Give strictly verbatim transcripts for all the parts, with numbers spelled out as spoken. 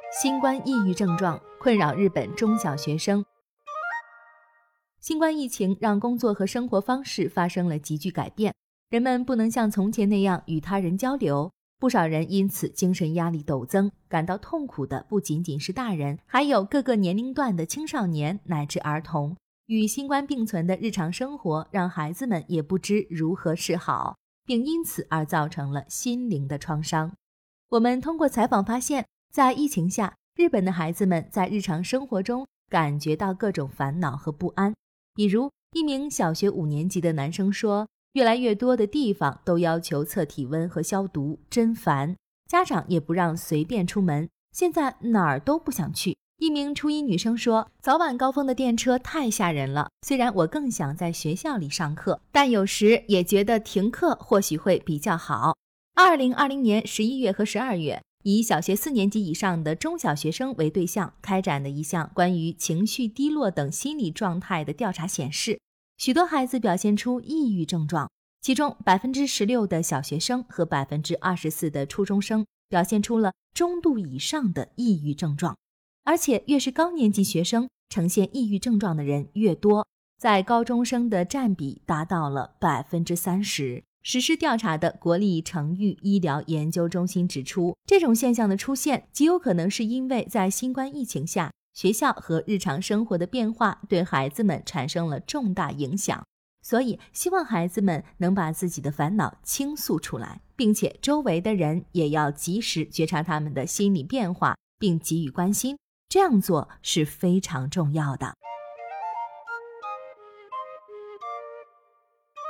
新冠抑郁症状困扰日本中小学生。新冠疫情让工作和生活方式发生了急剧改变，人们不能像从前那样与他人交流，不少人因此精神压力陡增，感到痛苦的不仅仅是大人，还有各个年龄段的青少年乃至儿童。与新冠并存的日常生活让孩子们也不知如何是好，并因此而造成了心灵的创伤。我们通过采访发现，在疫情下，日本的孩子们在日常生活中感觉到各种烦恼和不安。比如，一名小学五年级的男生说，越来越多的地方都要求测体温和消毒，真烦。家长也不让随便出门，现在哪儿都不想去。一名初一女生说，早晚高峰的电车太吓人了，虽然我更想在学校里上课，但有时也觉得停课或许会比较好。二零二零年十一月和十二月，以小学四年级以上的中小学生为对象开展的一项关于情绪低落等心理状态的调查显示，许多孩子表现出抑郁症状，其中 百分之十六 的小学生和 百分之二十四 的初中生表现出了中度以上的抑郁症状。而且越是高年级学生，呈现抑郁症状的人越多，在高中生的占比达到了 百分之三十。实施调查的国立成育医疗研究中心指出，这种现象的出现极有可能是因为在新冠疫情下，学校和日常生活的变化对孩子们产生了重大影响，所以希望孩子们能把自己的烦恼倾诉出来，并且周围的人也要及时觉察他们的心理变化，并给予关心，这样做是非常重要的。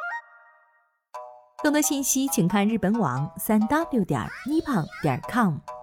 更多信息请看日本网 三 w 点 nippon 点 com。